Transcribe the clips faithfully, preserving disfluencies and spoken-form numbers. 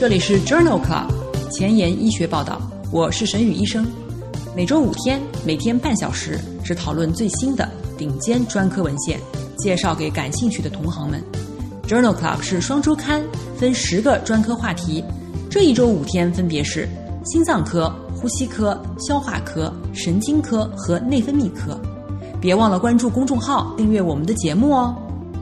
这里是 Journal Club 前沿医学报道，我是沈宇医生。每周五天，每天半小时，只讨论最新的顶尖专科文献，介绍给感兴趣的同行们。Journal Club 是双周刊，分十个专科话题，这一周五天分别是心脏科、呼吸科、消化科、神经科和内分泌科。别忘了关注公众号，订阅我们的节目哦。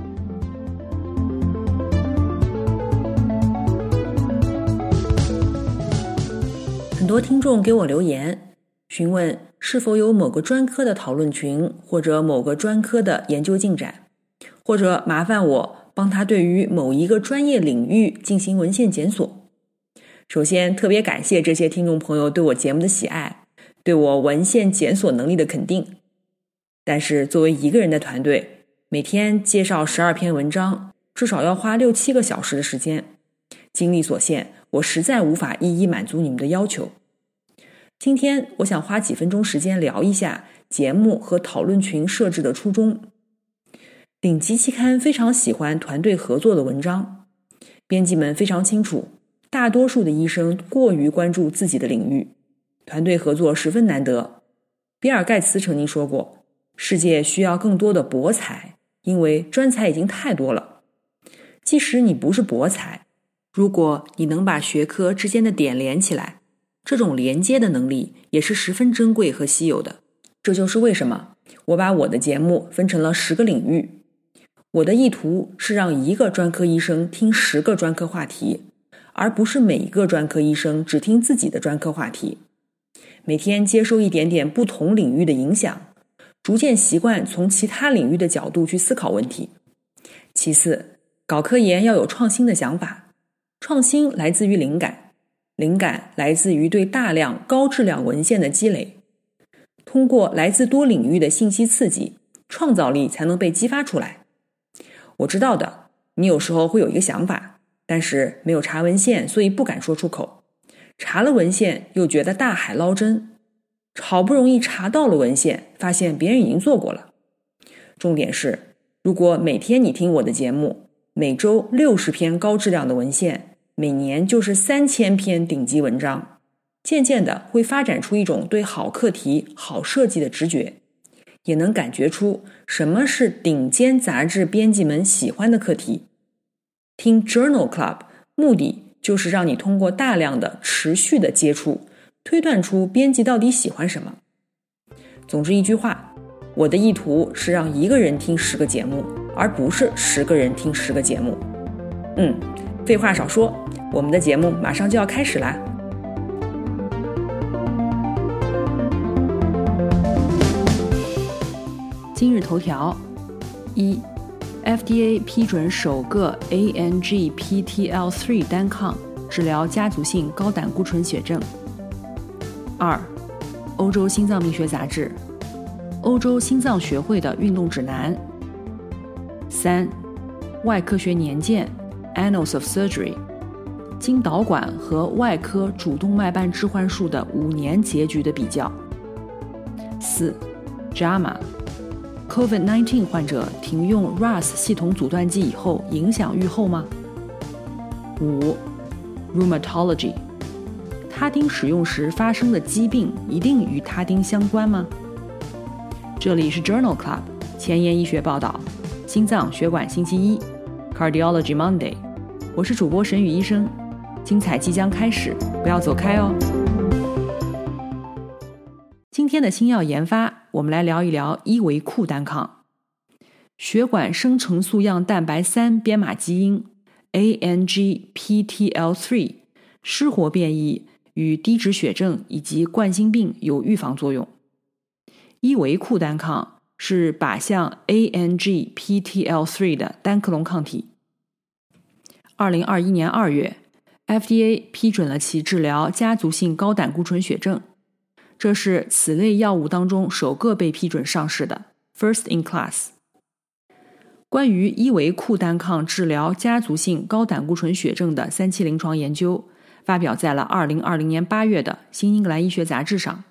很多听众给我留言，询问是否有某个专科的讨论群，或者某个专科的研究进展，或者麻烦我帮他对于某一个专业领域进行文献检索。首先，特别感谢这些听众朋友对我节目的喜爱，对我文献检索能力的肯定。但是作为一个人的团队，每天介绍十二篇文章，至少要花六七个小时的时间，精力所限，我实在无法一一满足你们的要求。今天我想花几分钟时间聊一下节目和讨论群设置的初衷。顶级期刊非常喜欢团队合作的文章，编辑们非常清楚，大多数的医生过于关注自己的领域，团队合作十分难得。比尔盖茨曾经说过，世界需要更多的博才，因为专才已经太多了。即使你不是博才，如果你能把学科之间的点连起来，这种连接的能力也是十分珍贵和稀有的。这就是为什么我把我的节目分成了十个领域。我的意图是让一个专科医生听十个专科话题，而不是每一个专科医生只听自己的专科话题。每天接受一点点不同领域的影响，逐渐习惯从其他领域的角度去思考问题。其次，搞科研要有创新的想法，创新来自于灵感，灵感来自于对大量高质量文献的积累。通过来自多领域的信息刺激，创造力才能被激发出来。我知道的，你有时候会有一个想法，但是没有查文献，所以不敢说出口。查了文献又觉得大海捞针，好不容易查到了文献，发现别人已经做过了。重点是，如果每天你听我的节目，每周六十篇高质量的文献，每年就是三千篇顶级文章，渐渐的会发展出一种对好课题、好设计的直觉，也能感觉出什么是顶尖杂志编辑们喜欢的课题。听 Journal Club 目的就是让你通过大量的持续的接触，推断出编辑到底喜欢什么。总之一句话，我的意图是让一个人听十个节目，而不是十个人听十个节目。嗯，废话少说，我们的节目马上就要开始啦。今日头条：一 ，F D A 批准首个 A N G P T L 三 单抗治疗家族性高胆固醇血症。二，欧洲心脏病学杂志，欧洲心脏学会的运动指南。三，外科学年鉴 Annals of Surgery， 经导管和外科主动脉瓣置换术的五年结局的比较。四 J A M A COVID 十九 患者停用 R A S 系统阻断剂以后影响预后吗？五 Rheumatology， 他汀使用时发生的疾病一定与他汀相关吗？这里是 Journal Club 前沿医学报道，心脏血管星期一 Cardiology Monday， 我是主播沈宇医生，精彩即将开始，不要走开哦。今天的新药研发，我们来聊一聊伊维库单抗。血管生成素样蛋白三编码基因 A N G P T L 三 失活变异与低脂血症以及冠心病有预防作用。伊维库单抗是靶向 A N G P T L 三 的单克隆抗体。二零二一年二月 F D A 批准了其治疗家族性高胆固醇血症，这是此类药物当中首个被批准上市的 First in class。 关于伊维库单抗治疗家族性高胆固醇血症的三期临床研究发表在了二零二零年八月的新英格兰医学杂志上。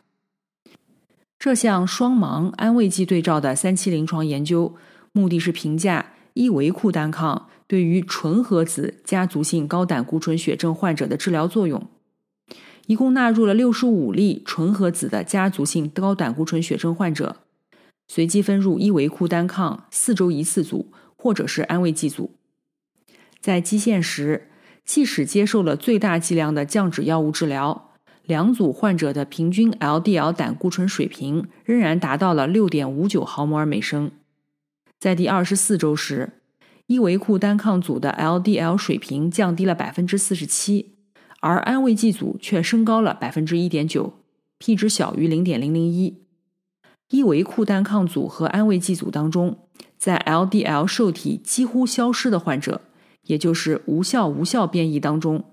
这项双盲安慰剂对照的三期临床研究，目的是评价伊维库单抗对于纯合子家族性高胆固醇血症患者的治疗作用，一共纳入了六十五例纯合子的家族性高胆固醇血症患者，随机分入伊维库单抗四周一次组或者是安慰剂组。在基线时，即使接受了最大剂量的降脂药物治疗，两组患者的平均 L D L 胆固醇水平仍然达到了 六点五九毫摩尔每升。在第二十四周时，伊维库单抗组的 L D L 水平降低了 百分之四十七， 而安慰剂组却升高了 百分之一点九， P 值小于 零点零零一。 伊维库单抗组和安慰剂组当中，在 L D L 受体几乎消失的患者，也就是无效无效变异当中，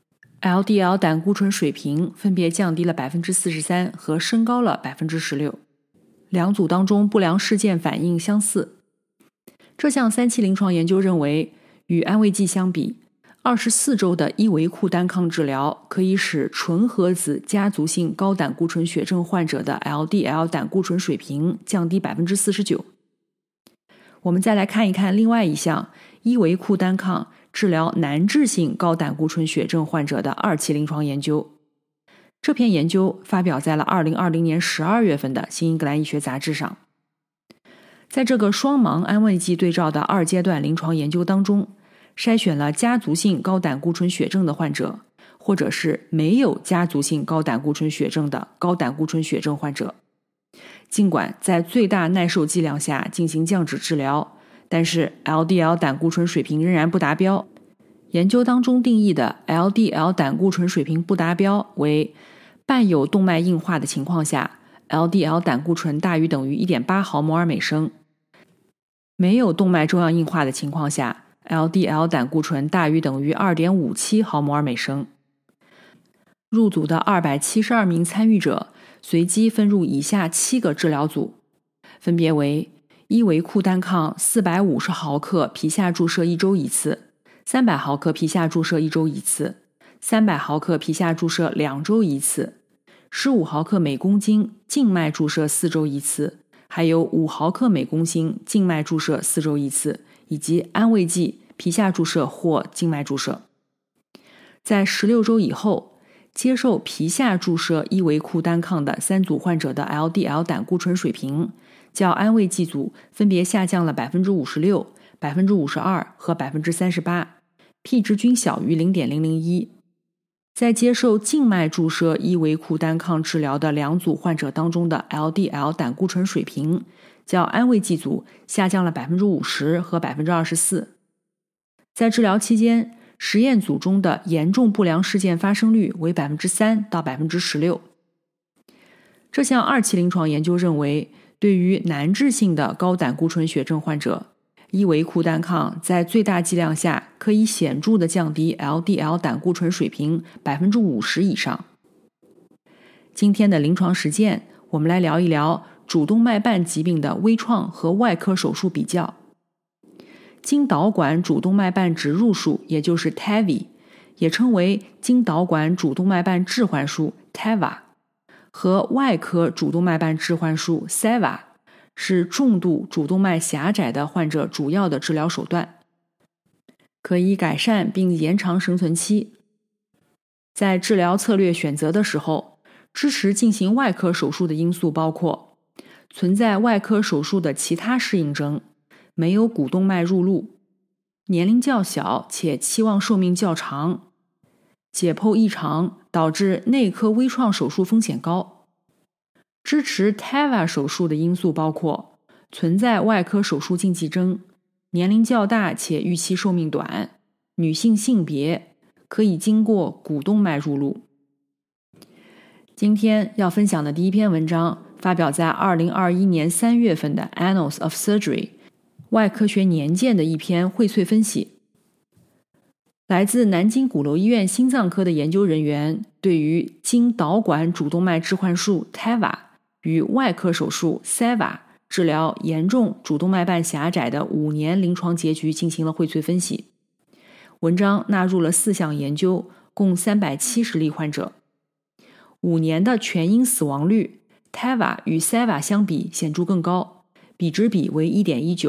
L D L 胆固醇水平分别降低了 百分之四十三 和升高了 百分之十六， 两组当中不良事件反应相似。这项三期临床研究认为，与安慰剂相比，二十四周的伊维库单抗治疗可以使纯合子家族性高胆固醇血症患者的 L D L 胆固醇水平降低 百分之四十九。 我们再来看一看另外一项伊维库单抗治疗难治性高胆固醇血症患者的二期临床研究。这篇研究发表在了二零二零年十二月份的《新英格兰医学杂志》上。在这个双盲安慰剂对照的二阶段临床研究当中，筛选了家族性高胆固醇血症的患者，或者是没有家族性高胆固醇血症的高胆固醇血症患者。尽管在最大耐受剂量下进行降脂治疗，但是 L D L 胆固醇水平仍然不达标。研究当中定义的 L D L 胆固醇水平不达标为伴有动脉硬化的情况下， L D L 胆固醇大于等于 一点八毫摩尔每升，没有动脉粥样硬化的情况下， L D L 胆固醇大于等于 二点五七毫摩尔每升。入组的二百七十二名参与者随机分入以下七个治疗组，分别为伊维库单抗四百五十毫克皮下注射一周一次，三百毫克皮下注射一周一次，三百毫克皮下注射两周一次，十五毫克每公斤静脉注射四周一次，还有五毫克每公斤静脉注射四周一次，以及安慰剂、皮下注射或静脉注射。在十六周以后，接受皮下注射伊维库单抗的三组患者的 L D L 胆固醇水平较安慰剂组分别下降了 百分之五十六、百分之五十二 和 百分之三十八， P 值均小于 零点零零一。在接受静脉注射伊维库单抗治疗的两组患者当中的 L D L 胆固醇水平较安慰剂组下降了 百分之五十 和 百分之二十四。在治疗期间，实验组中的严重不良事件发生率为 百分之三 到 百分之十六。 这项二期临床研究认为，对于难治性的高胆固醇血症患者，伊维库单抗在最大剂量下可以显著地降低 L D L 胆固醇水平 百分之五十 以上。今天的临床实践，我们来聊一聊主动脉瓣疾病的微创和外科手术比较。经导管主动脉瓣植入术，也就是 T A V I， 也称为经导管主动脉瓣置换术 T A V A， 和外科主动脉瓣置换术 S E V A，是重度主动脉狭窄的患者主要的治疗手段，可以改善并延长生存期。在治疗策略选择的时候，支持进行外科手术的因素包括存在外科手术的其他适应症，没有股动脉入路，年龄较小且期望寿命较长，解剖异常导致内科微创手术风险高。支持 T A V A 手术的因素包括存在外科手术禁忌症，年龄较大且预期寿命短，女性性别，可以经过股动脉入路。今天要分享的第一篇文章发表在二零二一年三月份的 Annals of Surgery 外科学年鉴的一篇荟萃分析。来自南京鼓楼医院心脏科的研究人员对于经导管主动脉置换术 T A V A 与外科手术 S E V A 治疗严重主动脉瓣狭窄的五年临床结局进行了荟萃分析。文章纳入了四项研究，共三百七十例患者。五年的全因死亡率 T A V A 与 S E V A 相比显著更高，比值比为 一点一九，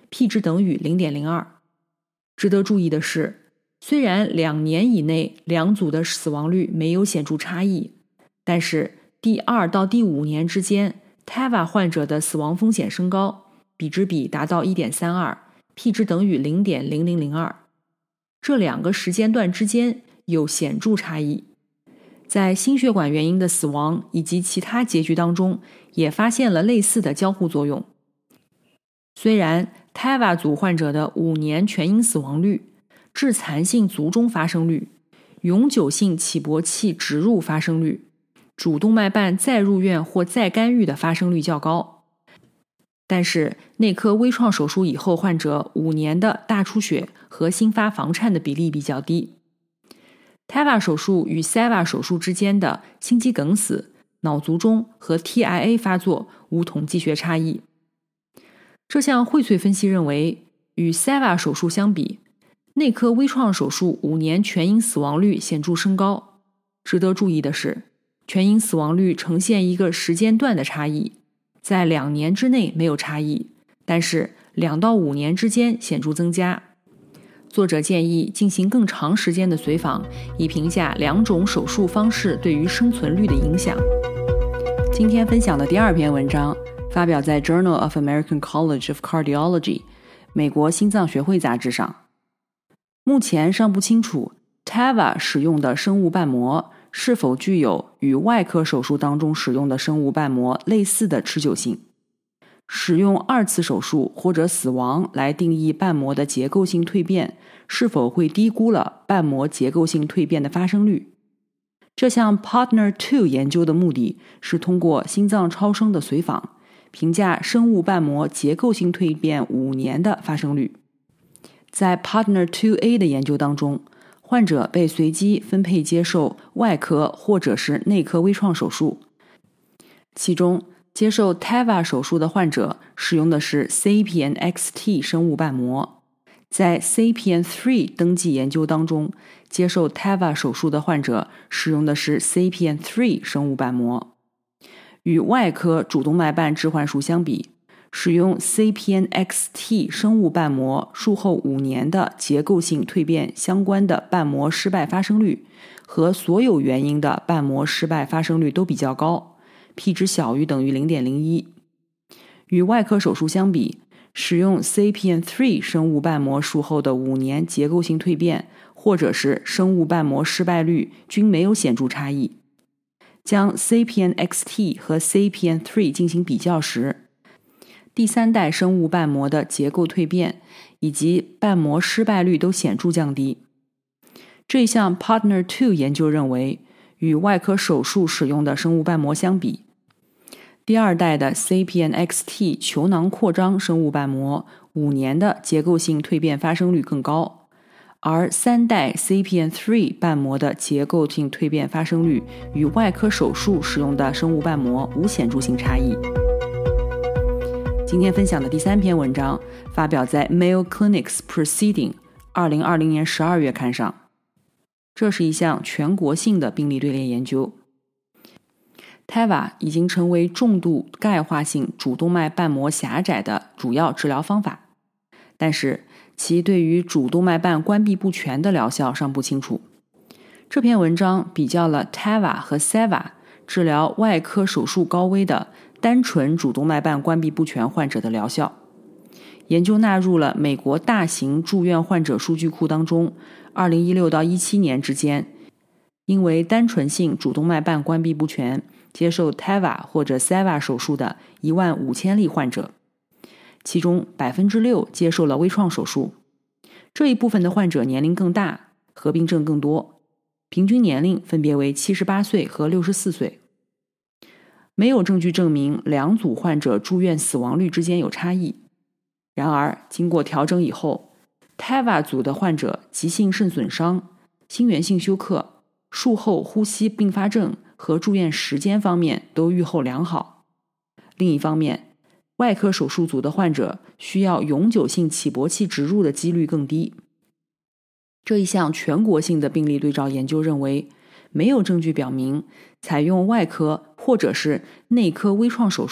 ，P 值等于 零点零二。值得注意的是，虽然两年以内两组的死亡率没有显著差异，但是第二到第五年之间 T A V A 患者的死亡风险升高，比值比达到 一点三二， P 值等于 零点零零零二。这两个时间段之间有显著差异。在心血管原因的死亡以及其他结局当中，也发现了类似的交互作用。虽然 T A V A 组患者的五年全因死亡率、致残性卒中发生率、永久性起搏器植入发生率、主动脉瓣再入院或再干预的发生率较高，但是内科微创手术以后患者五年的大出血和新发房颤的比例比较低。T A V A 手术与 S A V A 手术之间的心肌梗死、脑卒中和 T I A 发作无统计学差异。这项荟萃分析认为，与 S A V A 手术相比，内科微创手术五年全因死亡率显著升高。值得注意的是，全因死亡率呈现一个时间段的差异，在两年之内没有差异，但是两到五年之间显著增加。作者建议进行更长时间的随访，以评价两种手术方式对于生存率的影响。今天分享的第二篇文章发表在 Journal of American College of Cardiology 美国心脏学会杂志上。目前尚不清楚 T A V A 使用的生物瓣膜是否具有与外科手术当中使用的生物瓣膜类似的持久性。使用二次手术或者死亡来定义瓣膜的结构性蜕变，是否会低估了瓣膜结构性蜕变的发生率？这项 Partner 二 研究的目的是通过心脏超声的随访，评价生物瓣膜结构性蜕变五年的发生率。在 Partner 二 A 的研究当中，患者被随机分配接受外科或者是内科微创手术，其中接受 T A V A 手术的患者使用的是 Sapien X T 生物瓣膜。在 Sapien 三 登记研究当中，接受 T A V A 手术的患者使用的是 Sapien 三 生物瓣膜。与外科主动脉瓣置换术相比，使用 Sapien X T 生物瓣膜术后五年的结构性蜕变相关的瓣膜失败发生率和所有原因的瓣膜失败发生率都比较高， P 值小于等于 零点零一。 与外科手术相比，使用 Sapien 三 生物瓣膜术后的五年结构性蜕变或者是生物瓣膜失败率均没有显著差异。将 Sapien X T 和 Sapien 三 进行比较时，第三代生物瓣膜的结构蜕变以及瓣膜失败率都显著降低。这项 Partner 二 研究认为，与外科手术使用的生物瓣膜相比，第二代的 Sapien X T 球囊扩张生物瓣膜五年的结构性蜕变发生率更高，而三代 Sapien 三 瓣膜的结构性蜕变发生率与外科手术使用的生物瓣膜无显著性差异。今天分享的第三篇文章发表在 Mayo Clinic's Proceeding 二零二零年十二月刊上。这是一项全国性的病例队列研究。T A V A 已经成为重度钙化性主动脉瓣膜狭窄的主要治疗方法，但是其对于主动脉瓣关闭不全的疗效尚不清楚。这篇文章比较了 T A V A 和 S A V A 治疗外科手术高危的单纯主动脉瓣关闭不全患者的疗效。研究纳入了美国大型住院患者数据库当中二零一六到一七年之间因为单纯性主动脉瓣关闭不全接受 T A V A 或者 S A V A 手术的一万五千例患者，其中 百分之六 接受了微创手术。这一部分的患者年龄更大，合并症更多，平均年龄分别为七十八岁和六十四岁。没有证据证明两组患者住院死亡率之间有差异。然而，经过调整以后， T A V A 组的患者急性肾损伤、心源性休克、术后呼吸并发症和住院时间方面都预后良好。另一方面，外科手术组的患者需要永久性起搏器植入的几率更低。这一项全国性的病例对照研究认为，没有证据表明采用外科或者是内科微创手术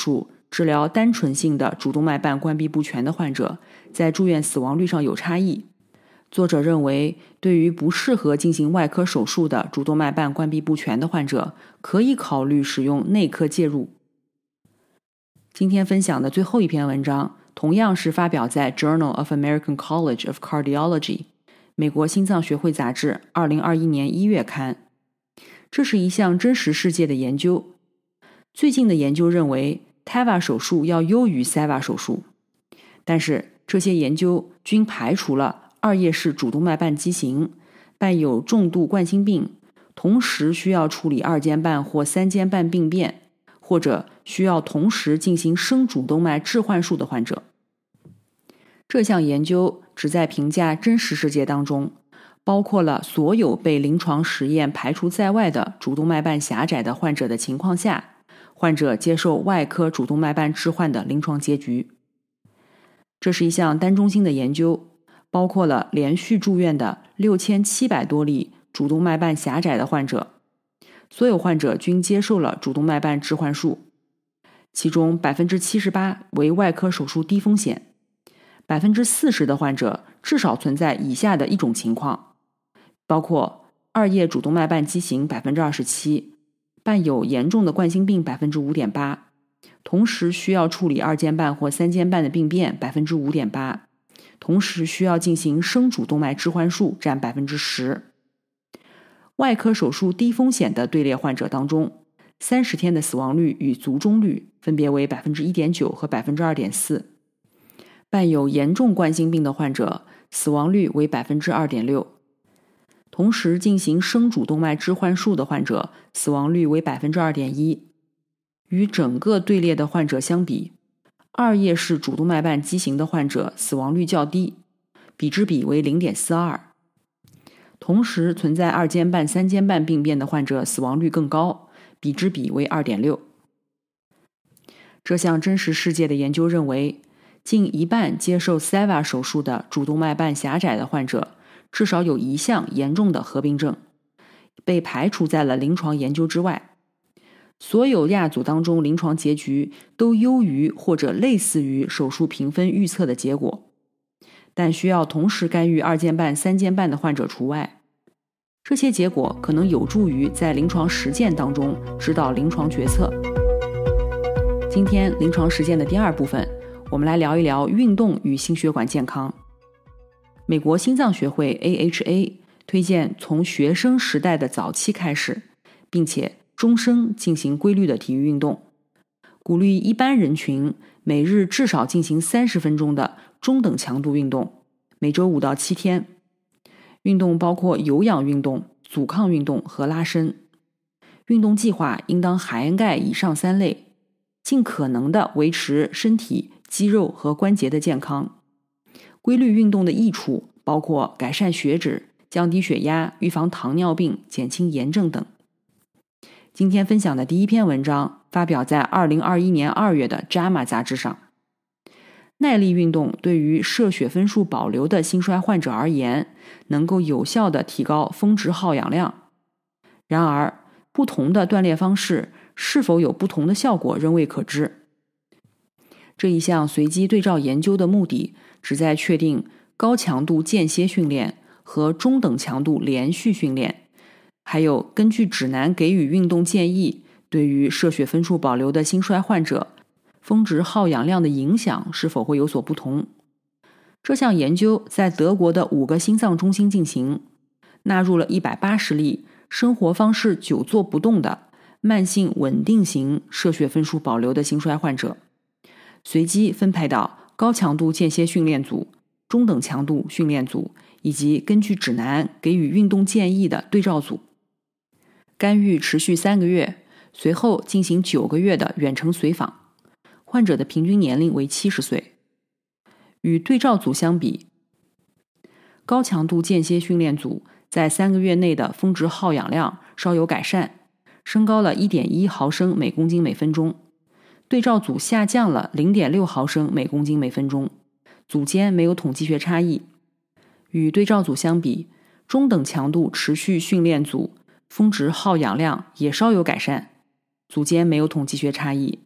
治疗单纯性的主动脉瓣关闭不全的患者在住院死亡率上有差异。作者认为，对于不适合进行外科手术的主动脉瓣关闭不全的患者，可以考虑使用内科介入。今天分享的最后一篇文章，同样是发表在 Journal of American College of Cardiology 美国心脏学会杂志二零二一年一月刊。这是一项真实世界的研究。最近的研究认为 T A V A 手术要优于 S A V A 手术，但是这些研究均排除了二叶式主动脉瓣畸形、伴有重度冠心病，同时需要处理二尖瓣或三尖瓣病变，或者需要同时进行升主动脉置换术的患者。这项研究旨在评价真实世界当中包括了所有被临床实验排除在外的主动脉瓣狭窄的患者的情况下，患者接受外科主动脉瓣置换的临床结局。这是一项单中心的研究，包括了连续住院的六千七百多例主动脉瓣狭窄的患者，所有患者均接受了主动脉瓣置换术，其中 百分之七十八 为外科手术低风险， 百分之四十 的患者至少存在以下的一种情况，包括二叶主动脉瓣畸形 百分之二十七， 伴有严重的冠心病 百分之五点八， 同时需要处理二尖瓣或三尖瓣的病变 百分之五点八， 同时需要进行升主动脉置换术占 百分之十。 外科手术低风险的队列患者当中，三十天的死亡率与卒中率分别为 百分之一点九 和 百分之二点四。 伴有严重冠心病的患者死亡率为 百分之二点六， 同时进行升主动脉置换术的患者死亡率为 百分之二点一。 与整个队列的患者相比，二叶式主动脉瓣畸形的患者死亡率较低，比之比为 零点四二。同时存在二尖瓣、三尖瓣病变的患者死亡率更高，比之比为 二点六。 这项真实世界的研究认为，近一半接受 S A V A 手术的主动脉瓣狭窄的患者至少有一项严重的合并症，被排除在了临床研究之外。所有亚组当中临床结局都优于或者类似于手术评分预测的结果，但需要同时干预二尖瓣、三尖瓣的患者除外。这些结果可能有助于在临床实践当中指导临床决策。今天临床实践的第二部分，我们来聊一聊运动与心血管健康。美国心脏学会 A H A 推荐从学生时代的早期开始，并且终生进行规律的体育运动，鼓励一般人群每日至少进行三十分钟的中等强度运动，每周五到七天。运动包括有氧运动、阻抗运动和拉伸。运动计划应当涵盖以上三类，尽可能的维持身体、肌肉和关节的健康。规律运动的益处包括改善血脂、降低血压、预防糖尿病、减轻炎症等。今天分享的第一篇文章发表在二零二一年二月的 J A M A 杂志上。耐力运动对于摄血分数保留的心衰患者而言，能够有效地提高峰值耗氧量。然而，不同的锻炼方式是否有不同的效果仍未可知。这一项随机对照研究的目的，旨在确定高强度间歇训练和中等强度连续训练，还有根据指南给予运动建议，对于摄血分数保留的心衰患者峰值耗氧量的影响是否会有所不同。这项研究在德国的五个心脏中心进行，纳入了一百八十例生活方式久坐不动的慢性稳定型摄血分数保留的心衰患者，随机分配到高强度间歇训练组、中等强度训练组以及根据指南给予运动建议的对照组。干预持续三个月，随后进行九个月的远程随访，患者的平均年龄为七十岁。与对照组相比，高强度间歇训练组在三个月内的峰值耗氧量稍有改善，升高了 一点一毫升每公斤每分钟，对照组下降了 零点六毫升每公斤每分钟，组间没有统计学差异。与对照组相比，中等强度持续训练组峰值耗氧量也稍有改善，组间没有统计学差异，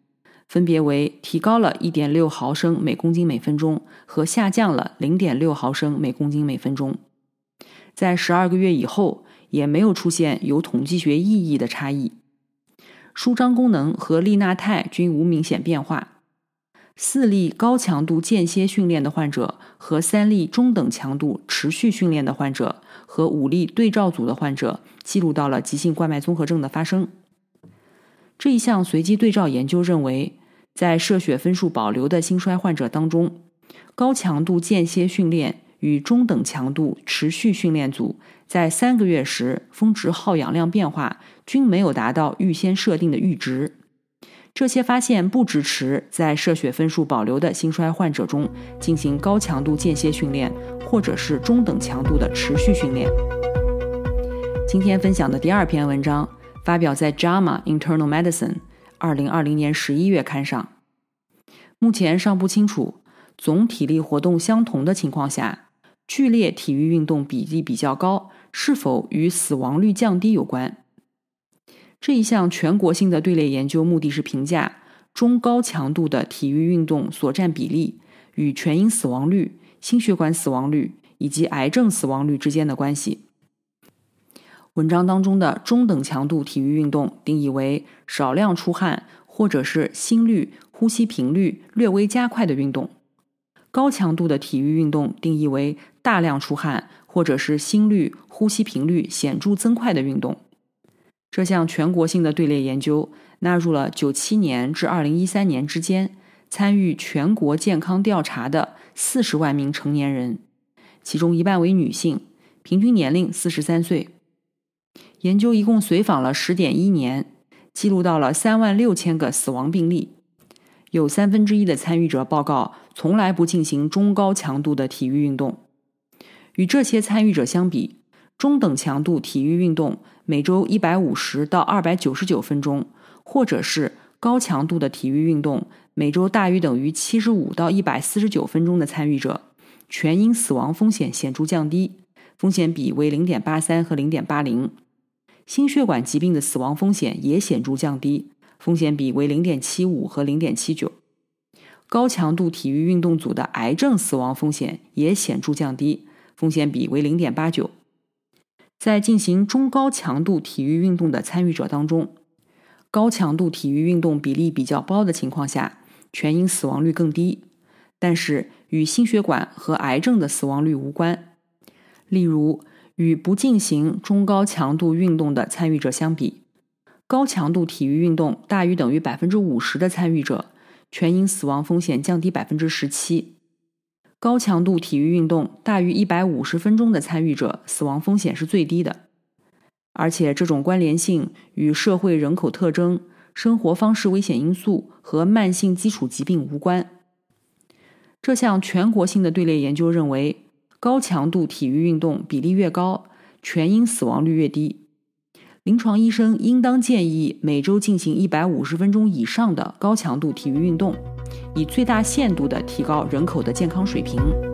分别为提高了 一点六毫升每公斤每分钟和下降了 零点六毫升每公斤每分钟。在十二个月以后，也没有出现有统计学意义的差异。舒张功能和利纳肽均无明显变化。四例高强度间歇训练的患者和三例中等强度持续训练的患者和五例对照组的患者记录到了急性冠脉综合症的发生。这一项随机对照研究认为，在射血分数保留的心衰患者当中，高强度间歇训练与中等强度持续训练组在三个月时峰值耗氧量变化均没有达到预先设定的阈值。这些发现不支持在射血分数保留的心衰患者中进行高强度间歇训练或者是中等强度的持续训练。今天分享的第二篇文章发表在 J A M A Internal Medicine 二零二零年十一月刊上。目前尚不清楚总体力活动相同的情况下，剧烈体育运动比例比较高是否与死亡率降低有关。这一项全国性的队列研究目的是评价中高强度的体育运动所占比例与全因死亡率、心血管死亡率以及癌症死亡率之间的关系。文章当中的中等强度体育运动定义为少量出汗或者是心率、呼吸频率略微加快的运动。高强度的体育运动定义为大量出汗或者是心率、呼吸频率显著增快的运动。这项全国性的队列研究纳入了九七年至二零一三年之间参与全国健康调查的四十万名成年人，其中一半为女性，平均年龄四十三岁。研究一共随访了 十点一年，记录到了三万六千个死亡病例。有三分之一的参与者报告从来不进行中高强度的体育运动。与这些参与者相比，中等强度体育运动每周一百五十到二百九十九分钟，或者是高强度的体育运动每周大于等于七十五到一百四十九分钟的参与者，全因死亡风险显著降低，风险比为 零点八三 和 零点八零。心血管疾病的死亡风险也显著降低，风险比为 零点七五 和 零点七九。高强度体育运动组的癌症死亡风险也显著降低，风险比为 零点八九。在进行中高强度体育运动的参与者当中，高强度体育运动比例比较高的情况下，全因死亡率更低，但是与心血管和癌症的死亡率无关。例如，与不进行中高强度运动的参与者相比，高强度体育运动大于等于 百分之五十 的参与者，全因死亡风险降低 百分之十七。高强度体育运动大于一百五十分钟的参与者，死亡风险是最低的。而且这种关联性与社会人口特征、生活方式危险因素和慢性基础疾病无关。这项全国性的队列研究认为，高强度体育运动比例越高，全因死亡率越低。临床医生应当建议每周进行一百五十分钟以上的高强度体育运动，以最大限度地提高人口的健康水平。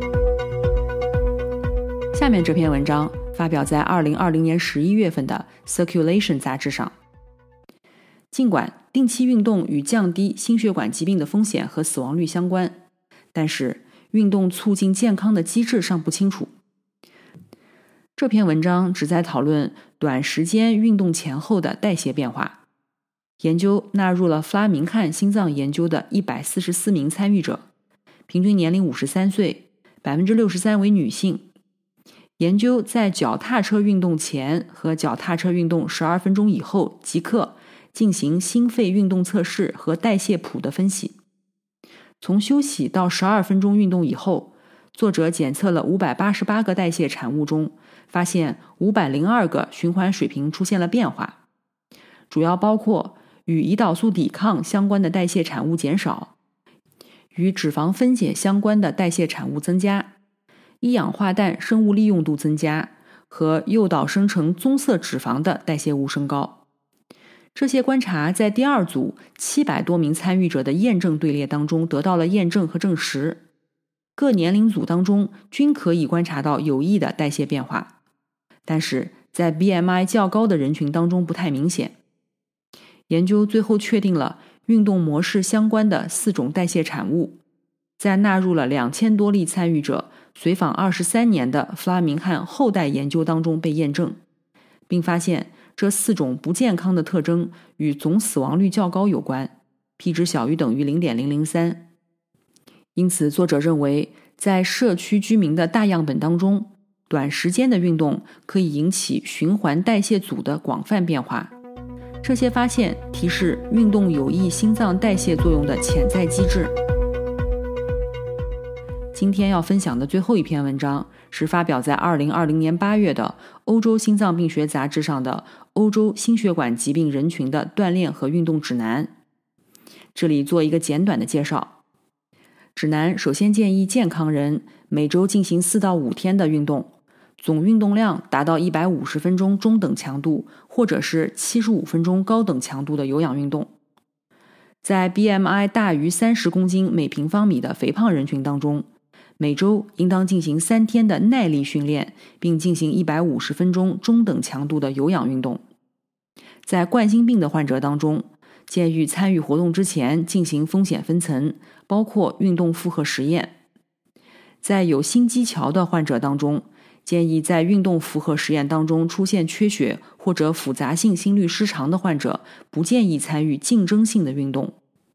下面这篇文章发表在二零二零年十一月份的 Circulation 杂志上。尽管定期运动与降低心血管疾病的风险和死亡率相关，但是运动促进健康的机制尚不清楚。这篇文章旨在讨论短时间运动前后的代谢变化。研究纳入了弗拉明汉心脏研究的一百四十四名参与者，平均年龄五十三岁， 百分之六十三 为女性。研究在脚踏车运动前和脚踏车运动十二分钟以后即刻进行心肺运动测试和代谢谱的分析。从休息到十二分钟运动以后，作者检测了五百八十八个代谢产物中，发现五百零二个循环水平出现了变化，主要包括与胰岛素抵抗相关的代谢产物减少，与脂肪分解相关的代谢产物增加，一氧化氮生物利用度增加和诱导生成棕色脂肪的代谢物升高。这些观察在第二组七百多名参与者的验证队列当中得到了验证和证实，各年龄组当中均可以观察到有益的代谢变化，但是在 B M I 较高的人群当中不太明显。研究最后确定了运动模式相关的四种代谢产物，在纳入了两千多例参与者随访二十三年的弗拉明汉后代研究当中被验证，并发现这四种不健康的特征与总死亡率较高有关， P 值小于等于 零点零零三。 因此作者认为，在社区居民的大样本当中，短时间的运动可以引起循环代谢组的广泛变化。这些发现提示运动有益心脏代谢作用的潜在机制。今天要分享的最后一篇文章是发表在二零二零年八月的欧洲心脏病学杂志上的欧洲心血管疾病人群的锻炼和运动指南。这里做一个简短的介绍。指南首先建议健康人每周进行四到五天的运动，总运动量达到一百五十分钟中等强度或者是七十五分钟高等强度的有氧运动。在 B M I 大于三十公斤每平方米的肥胖人群当中，每周应当进行三天的耐力训练，并进行一百五十分钟中等强度的有氧运动。在冠心病的患者当中，建议参与活动之前进行风险分层，包括运动负荷实验。在有心肌桥的患者当中，建议在运动负荷实验当中出现缺血或者复杂性心律失常的患者，不建议参与竞争性的运动。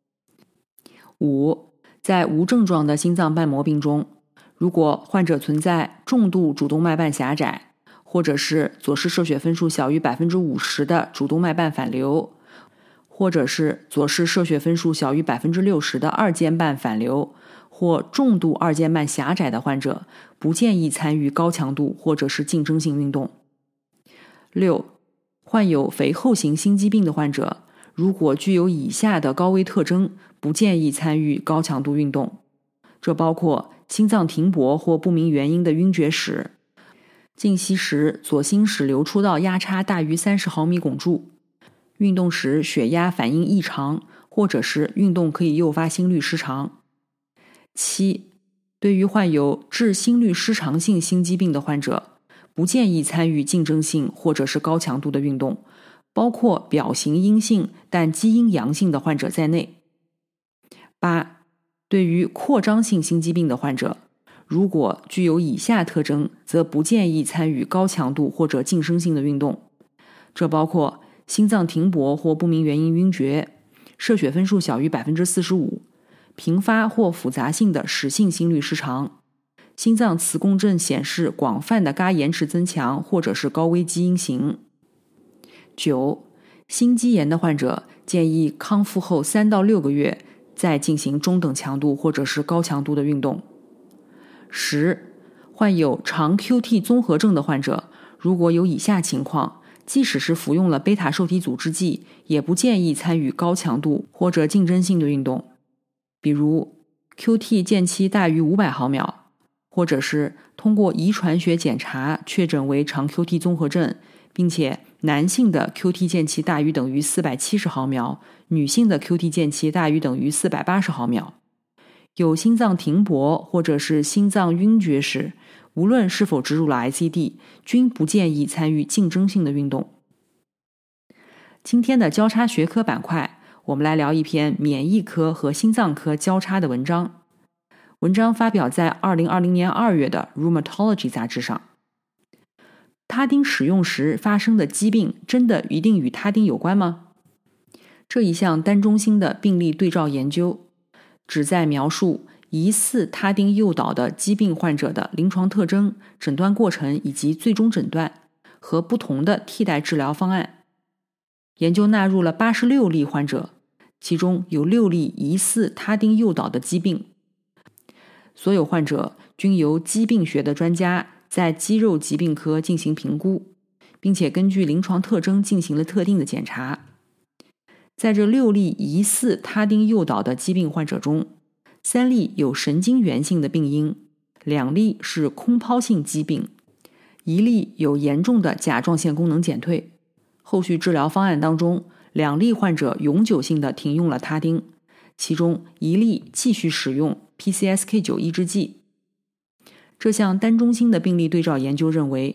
五，在无症状的心脏瓣膜病中，如果患者存在重度主动脉瓣狭窄，或者是左室射血分数小于 百分之五十 的主动脉瓣反流，或者是左室射血分数小于 百分之六十 的二尖瓣反流，或重度二尖瓣狭窄的患者，不建议参与高强度或者是竞争性运动。六，患有肥厚型心肌病的患者，如果具有以下的高危特征，不建议参与高强度运动。这包括心脏停泊或不明原因的晕厥史，静息时左心室流出道压差大于三十毫米汞柱，运动时血压反应异常，或者是运动可以诱发心律失常。七，对于患有致心律失常性心肌病的患者，不建议参与竞争性或者是高强度的运动，包括表型阴性但基因阳性的患者在内。八，对于扩张性心肌病的患者，如果具有以下特征，则不建议参与高强度或者竞争性的运动。这包括心脏停泊或不明原因晕厥，射血分数小于 百分之四十五， 频发或复杂性的室性心律失常，心脏磁共振显示广泛的嘎延迟增强或者是高危基因型。九，心肌炎的患者建议康复后三到六个月再进行中等强度或者是高强度的运动。十，患有长 Q T 综合症的患者，如果有以下情况，即使是服用了贝塔受体阻滞剂，也不建议参与高强度或者竞争性的运动。比如 Q T 间期大于五百毫秒，或者是通过遗传学检查确诊为长 Q T 综合症，并且男性的 Q T 间期大于等于四百七十毫秒，女性的 Q T 间期大于等于四百八十毫秒。有心脏停泊或者是心脏晕厥时，无论是否植入了 I C D， 均不建议参与竞争性的运动。今天的交叉学科板块，我们来聊一篇免疫科和心脏科交叉的文章。文章发表在二零二零年二月的 Rheumatology 杂志上。他汀使用时发生的疾病真的一定与他汀有关吗？这一项单中心的病例对照研究旨在描述疑似他汀诱导的疾病患者的临床特征、诊断过程以及最终诊断和不同的替代治疗方案。研究纳入了八十六例患者，其中有六例疑似他汀诱导的疾病。所有患者均由疾病学的专家在肌肉疾病科进行评估，并且根据临床特征进行了特定的检查。在这六例疑似他汀诱导的疾病患者中，三例有神经源性的病因，两例是空抛性疾病，一例有严重的甲状腺功能减退。后续治疗方案当中，两例患者永久性的停用了他汀，其中一例继续使用 P C S K 九 抑制剂。这项单中心的病例对照研究认为，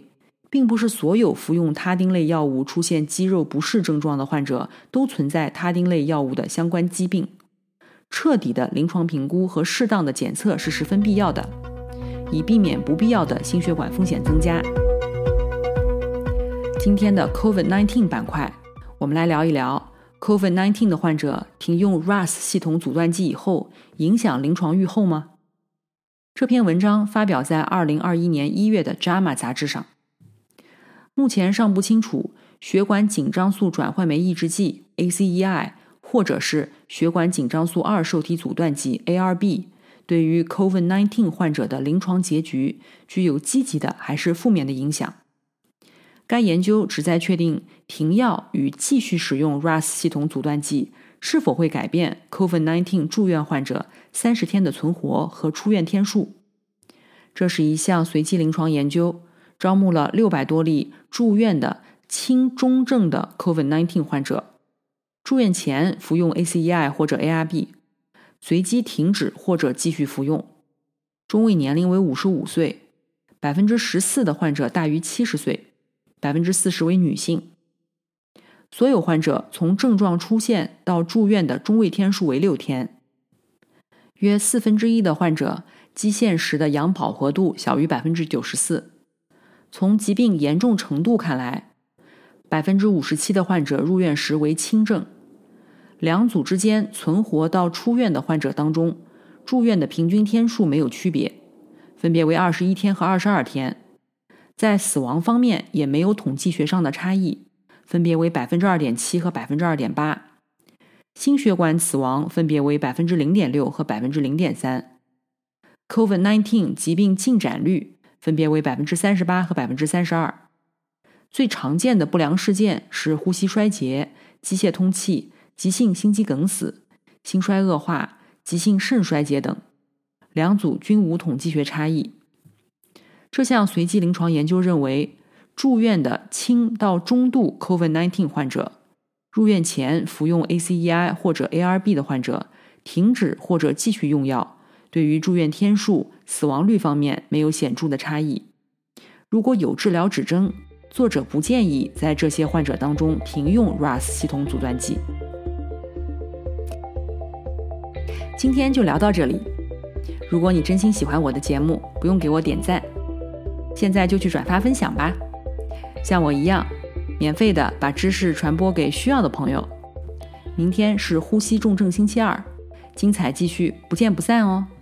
并不是所有服用他汀类药物出现肌肉不适症状的患者都存在他汀类药物的相关疾病。彻底的临床评估和适当的检测是十分必要的，以避免不必要的心血管风险增加。今天的 COVID 十九 板块，我们来聊一聊 COVID 十九 的患者停用 R A S 系统阻断剂以后，影响临床预后吗？这篇文章发表在二零二一年一月的 J A M A 杂志上。目前尚不清楚血管紧张素转换酶抑制剂 A C E I 或者是血管紧张素二受体阻断剂 A R B 对于 COVID 十九 患者的临床结局具有积极的还是负面的影响。该研究旨在确定停药与继续使用 R A S 系统阻断剂是否会改变 COVID 十九 住院患者三十天的存活和出院天数。这是一项随机临床研究，招募了六百多例住院的轻中症的 COVID 十九 患者，住院前服用 A C E I 或者 A R B， 随机停止或者继续服用，中位年龄为五十五岁， 百分之十四 的患者大于七十岁， 百分之四十 为女性。所有患者从症状出现到住院的中位天数为六天，约四分之一的患者基线时的氧饱和度小于 百分之九十四。从疾病严重程度看来， 百分之五十七 的患者入院时为轻症。两组之间存活到出院的患者当中，住院的平均天数没有区别，分别为二十一天和二十二天。在死亡方面也没有统计学上的差异，分别为 百分之二点七 和 百分之二点八。心血管死亡分别为 百分之零点六 和 百分之零点三。 COVID 十九 疾病进展率分别为 百分之三十八 和 百分之三十二。最常见的不良事件是呼吸衰竭、机械通气、急性心肌梗死、心衰恶化、急性肾衰竭等，两组均无统计学差异。这项随机临床研究认为，住院的轻到中度 COVID 十九 患者，入院前服用 A C E I 或者 A R B 的患者，停止或者继续用药，对于住院天数、死亡率方面没有显著的差异。如果有治疗指征，作者不建议在这些患者当中停用 R A S 系统阻断剂。今天就聊到这里。如果你真心喜欢我的节目，不用给我点赞，现在就去转发分享吧，像我一样免费的把知识传播给需要的朋友。明天是呼吸重症星期二，精彩继续，不见不散哦。